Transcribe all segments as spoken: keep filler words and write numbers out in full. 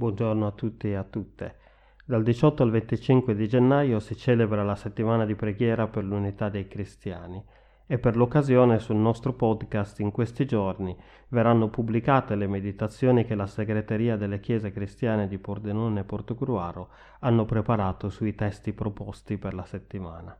Buongiorno a tutti e a tutte. Dal diciotto al venticinque di gennaio si celebra la settimana di preghiera per l'unità dei cristiani e per l'occasione sul nostro podcast in questi giorni verranno pubblicate le meditazioni che la segreteria delle chiese cristiane di Pordenone e Portogruaro hanno preparato sui testi proposti per la settimana.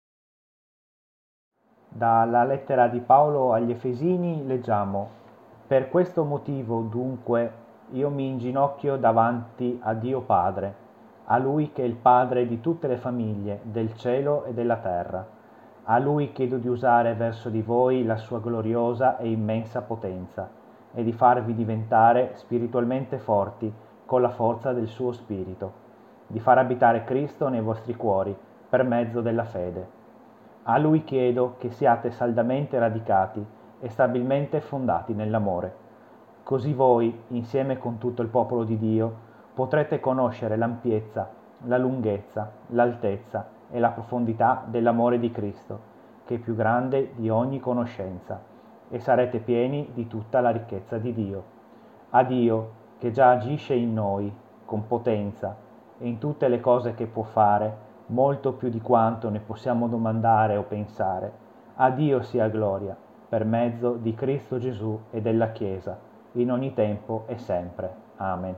Dalla lettera di Paolo agli Efesini leggiamo: Per questo motivo dunque io mi inginocchio davanti a Dio Padre, a Lui che è il Padre di tutte le famiglie del cielo e della terra. A Lui chiedo di usare verso di voi la sua gloriosa e immensa potenza e di farvi diventare spiritualmente forti con la forza del suo Spirito, di far abitare Cristo nei vostri cuori per mezzo della fede. A Lui chiedo che siate saldamente radicati e stabilmente fondati nell'amore. Così voi, insieme con tutto il popolo di Dio, potrete conoscere l'ampiezza, la lunghezza, l'altezza e la profondità dell'amore di Cristo, che è più grande di ogni conoscenza, e sarete pieni di tutta la ricchezza di Dio. A Dio, che già agisce in noi, con potenza, e in tutte le cose che può fare, molto più di quanto ne possiamo domandare o pensare, a Dio sia gloria, per mezzo di Cristo Gesù e della Chiesa, in ogni tempo e sempre. Amen.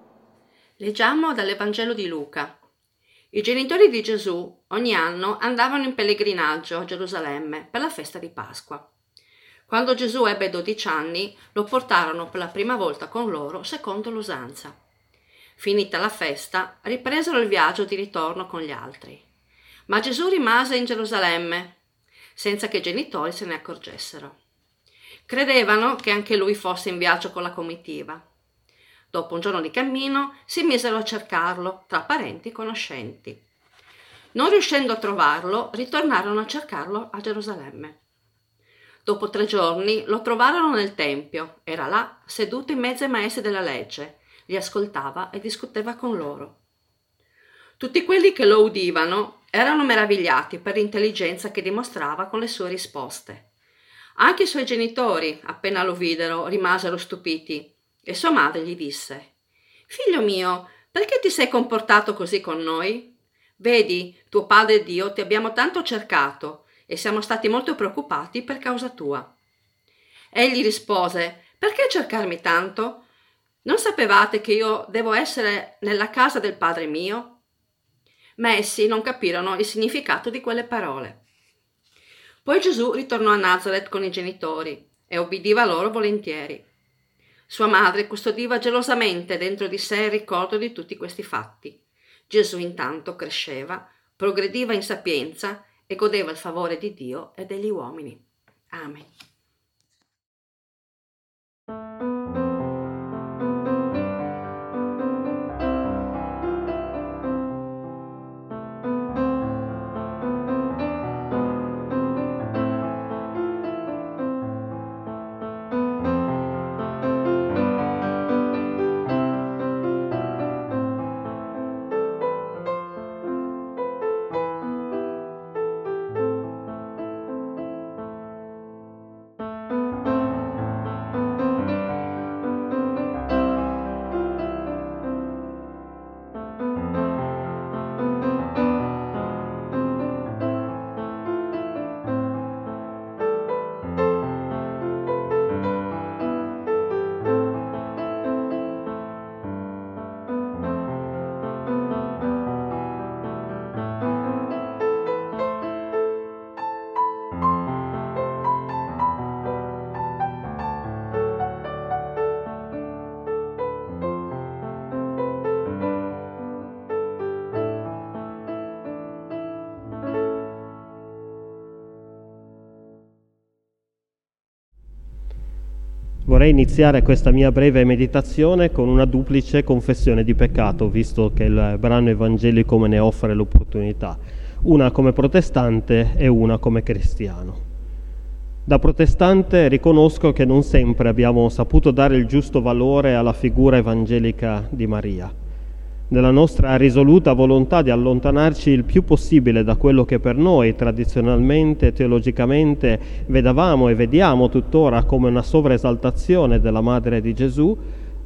Leggiamo dall'Evangelo di Luca. I genitori di Gesù ogni anno andavano in pellegrinaggio a Gerusalemme per la festa di Pasqua. Quando Gesù ebbe dodici anni, lo portarono per la prima volta con loro secondo l'usanza. Finita la festa, ripresero il viaggio di ritorno con gli altri. Ma Gesù rimase in Gerusalemme, senza che i genitori se ne accorgessero. Credevano che anche lui fosse in viaggio con la comitiva. Dopo un giorno di cammino si misero a cercarlo tra parenti e conoscenti. Non riuscendo a trovarlo, ritornarono a cercarlo a Gerusalemme. Dopo tre giorni lo trovarono nel tempio. Era là, seduto in mezzo ai maestri della legge. Li ascoltava e discuteva con loro. Tutti quelli che lo udivano erano meravigliati per l'intelligenza che dimostrava con le sue risposte. Anche i suoi genitori, appena lo videro, rimasero stupiti e sua madre gli disse: «Figlio mio, perché ti sei comportato così con noi? Vedi, tuo padre e Dio ti abbiamo tanto cercato e siamo stati molto preoccupati per causa tua». Egli rispose: «Perché cercarmi tanto? Non sapevate che io devo essere nella casa del padre mio?» Ma essi non capirono il significato di quelle parole. Poi Gesù ritornò a Nazaret con i genitori e obbediva loro volentieri. Sua madre custodiva gelosamente dentro di sé il ricordo di tutti questi fatti. Gesù intanto cresceva, progrediva in sapienza e godeva il favore di Dio e degli uomini. Amen. Vorrei iniziare questa mia breve meditazione con una duplice confessione di peccato, visto che il brano evangelico me ne offre l'opportunità, una come protestante e una come cristiano. Da protestante riconosco che non sempre abbiamo saputo dare il giusto valore alla figura evangelica di Maria. Nella nostra risoluta volontà di allontanarci il più possibile da quello che per noi tradizionalmente e teologicamente vedevamo e vediamo tuttora come una sovraesaltazione della Madre di Gesù,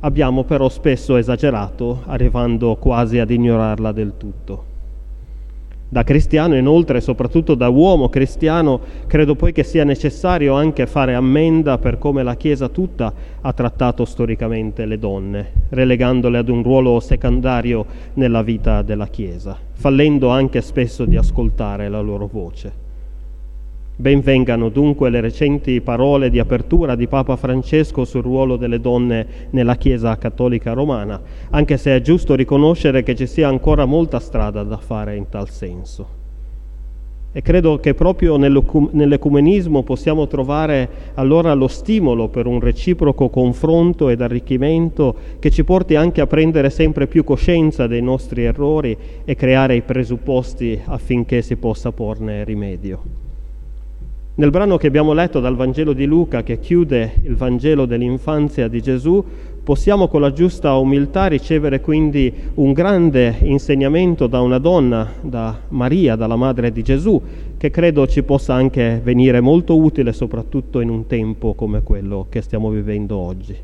Abbiamo però spesso esagerato, arrivando quasi ad ignorarla del tutto. Da cristiano, inoltre, soprattutto da uomo cristiano, credo poi che sia necessario anche fare ammenda per come la Chiesa tutta ha trattato storicamente le donne, relegandole ad un ruolo secondario nella vita della Chiesa, fallendo anche spesso di ascoltare la loro voce. Ben vengano dunque le recenti parole di apertura di Papa Francesco sul ruolo delle donne nella Chiesa cattolica romana, anche se è giusto riconoscere che ci sia ancora molta strada da fare in tal senso. E credo che proprio nell'ecumenismo possiamo trovare allora lo stimolo per un reciproco confronto ed arricchimento che ci porti anche a prendere sempre più coscienza dei nostri errori e creare i presupposti affinché si possa porne rimedio. Nel brano che abbiamo letto dal Vangelo di Luca, che chiude il Vangelo dell'infanzia di Gesù, possiamo con la giusta umiltà ricevere quindi un grande insegnamento da una donna, da Maria, dalla madre di Gesù, che credo ci possa anche venire molto utile, soprattutto in un tempo come quello che stiamo vivendo oggi.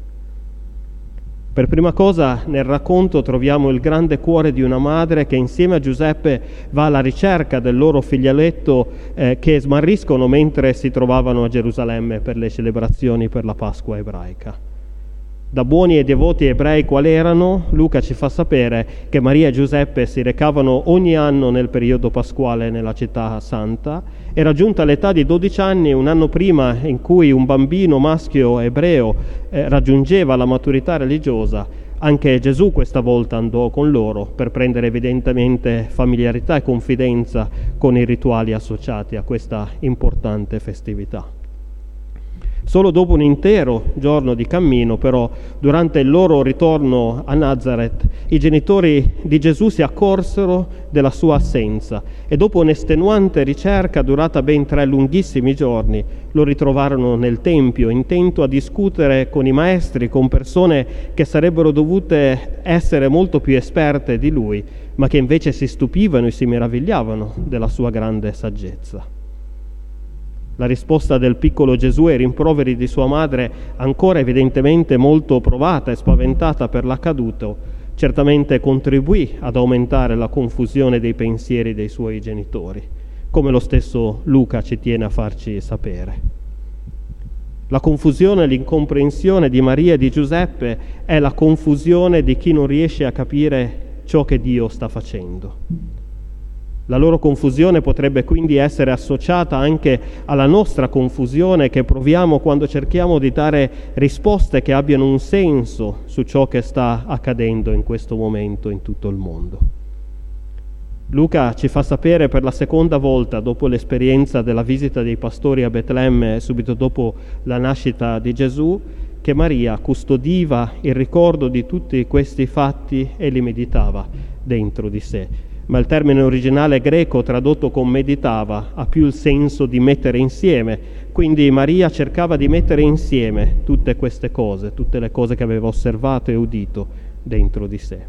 Per prima cosa nel racconto troviamo il grande cuore di una madre che insieme a Giuseppe va alla ricerca del loro figlioletto eh, che smarriscono mentre si trovavano a Gerusalemme per le celebrazioni per la Pasqua ebraica. Da buoni e devoti ebrei quali erano, Luca ci fa sapere che Maria e Giuseppe si recavano ogni anno nel periodo pasquale nella città santa. Era giunta all'età di dodici anni, un anno prima in cui un bambino maschio ebreo eh, raggiungeva la maturità religiosa. Anche Gesù questa volta andò con loro per prendere evidentemente familiarità e confidenza con i rituali associati a questa importante festività. Solo dopo un intero giorno di cammino, però, durante il loro ritorno a Nazareth, i genitori di Gesù si accorsero della sua assenza e dopo un'estenuante ricerca durata ben tre lunghissimi giorni, lo ritrovarono nel Tempio, intento a discutere con i maestri, con persone che sarebbero dovute essere molto più esperte di lui, ma che invece si stupivano e si meravigliavano della sua grande saggezza. La risposta del piccolo Gesù ai rimproveri di sua madre, ancora evidentemente molto provata e spaventata per l'accaduto, certamente contribuì ad aumentare la confusione dei pensieri dei suoi genitori, come lo stesso Luca ci tiene a farci sapere. La confusione e l'incomprensione di Maria e di Giuseppe è la confusione di chi non riesce a capire ciò che Dio sta facendo. La loro confusione potrebbe quindi essere associata anche alla nostra confusione che proviamo quando cerchiamo di dare risposte che abbiano un senso su ciò che sta accadendo in questo momento in tutto il mondo. Luca ci fa sapere per la seconda volta, dopo l'esperienza della visita dei pastori a Betlemme subito dopo la nascita di Gesù, che Maria custodiva il ricordo di tutti questi fatti e li meditava dentro di sé. Ma il termine originale greco tradotto con meditava ha più il senso di mettere insieme, quindi Maria cercava di mettere insieme tutte queste cose, tutte le cose che aveva osservato e udito dentro di sé.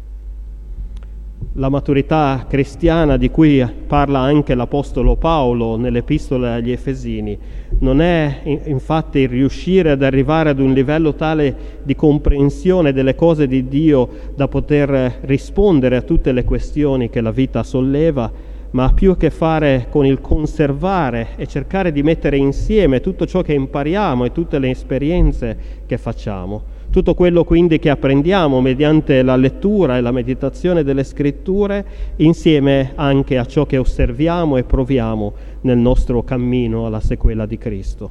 La maturità cristiana di cui parla anche l'Apostolo Paolo nell'Epistola agli Efesini non è infatti il riuscire ad arrivare ad un livello tale di comprensione delle cose di Dio da poter rispondere a tutte le questioni che la vita solleva, ma ha più a che fare con il conservare e cercare di mettere insieme tutto ciò che impariamo e tutte le esperienze che facciamo. Tutto quello quindi che apprendiamo mediante la lettura e la meditazione delle scritture, insieme anche a ciò che osserviamo e proviamo nel nostro cammino alla sequela di Cristo.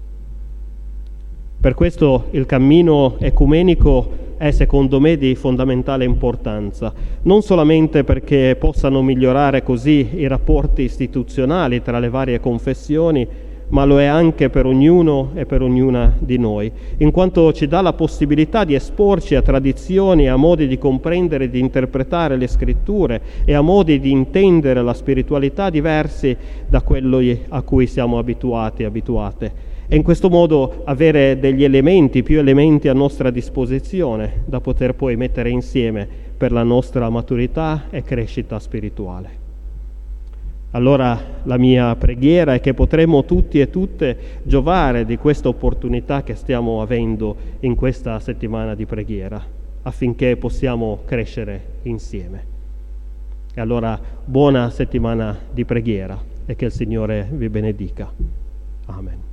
Per questo il cammino ecumenico è secondo me di fondamentale importanza, non solamente perché possano migliorare così i rapporti istituzionali tra le varie confessioni, ma lo è anche per ognuno e per ognuna di noi, in quanto ci dà la possibilità di esporci a tradizioni, a modi di comprendere e di interpretare le scritture e a modi di intendere la spiritualità diversi da quello a cui siamo abituati e abituate. E in questo modo avere degli elementi, più elementi a nostra disposizione da poter poi mettere insieme per la nostra maturità e crescita spirituale. Allora la mia preghiera è che potremo tutti e tutte giovare di questa opportunità che stiamo avendo in questa settimana di preghiera, affinché possiamo crescere insieme. E allora buona settimana di preghiera e che il Signore vi benedica. Amen.